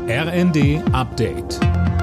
RND Update.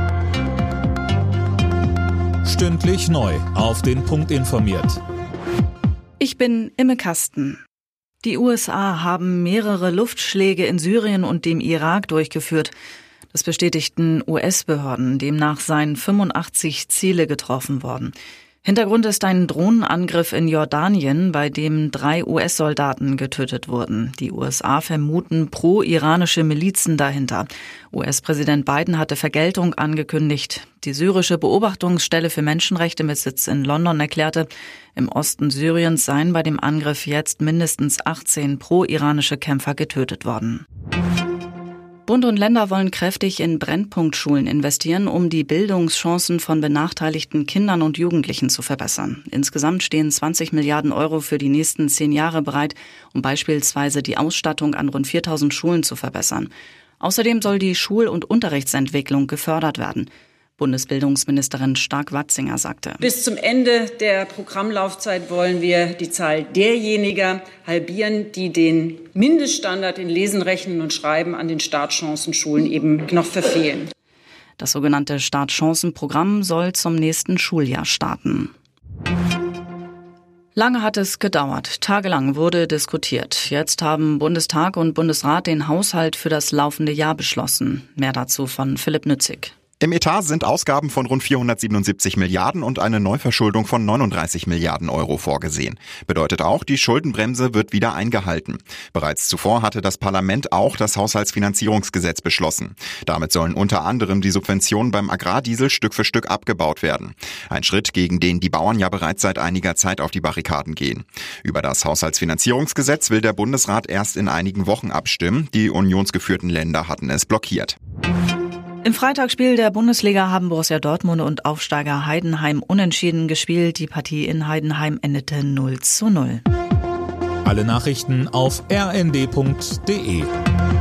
Stündlich neu auf den Punkt informiert. Ich bin Imme Kasten. Die USA haben mehrere Luftschläge in Syrien und dem Irak durchgeführt. Das bestätigten US-Behörden. Demnach seien 85 Ziele getroffen worden. Hintergrund ist ein Drohnenangriff in Jordanien, bei dem 3 US-Soldaten getötet wurden. Die USA vermuten pro-iranische Milizen dahinter. US-Präsident Biden hatte Vergeltung angekündigt. Die syrische Beobachtungsstelle für Menschenrechte mit Sitz in London erklärte, im Osten Syriens seien bei dem Angriff jetzt mindestens 18 pro-iranische Kämpfer getötet worden. Bund und Länder wollen kräftig in Brennpunktschulen investieren, um die Bildungschancen von benachteiligten Kindern und Jugendlichen zu verbessern. Insgesamt stehen 20 Milliarden Euro für die nächsten 10 Jahre bereit, um beispielsweise die Ausstattung an rund 4000 Schulen zu verbessern. Außerdem soll die Schul- und Unterrichtsentwicklung gefördert werden. Bundesbildungsministerin Stark-Watzinger sagte: Bis zum Ende der Programmlaufzeit wollen wir die Zahl derjenigen halbieren, die den Mindeststandard in Lesen, Rechnen und Schreiben an den Startchancenschulen eben noch verfehlen. Das sogenannte Startchancenprogramm soll zum nächsten Schuljahr starten. Lange hat es gedauert. Tagelang wurde diskutiert. Jetzt haben Bundestag und Bundesrat den Haushalt für das laufende Jahr beschlossen. Mehr dazu von Philipp Nützig. Im Etat sind Ausgaben von rund 477 Milliarden und eine Neuverschuldung von 39 Milliarden Euro vorgesehen. Bedeutet auch, die Schuldenbremse wird wieder eingehalten. Bereits zuvor hatte das Parlament auch das Haushaltsfinanzierungsgesetz beschlossen. Damit sollen unter anderem die Subventionen beim Agrardiesel Stück für Stück abgebaut werden. Ein Schritt, gegen den die Bauern ja bereits seit einiger Zeit auf die Barrikaden gehen. Über das Haushaltsfinanzierungsgesetz will der Bundesrat erst in einigen Wochen abstimmen. Die unionsgeführten Länder hatten es blockiert. Im Freitagsspiel der Bundesliga haben Borussia Dortmund und Aufsteiger Heidenheim unentschieden gespielt. Die Partie in Heidenheim endete 0:0. Alle Nachrichten auf rnd.de.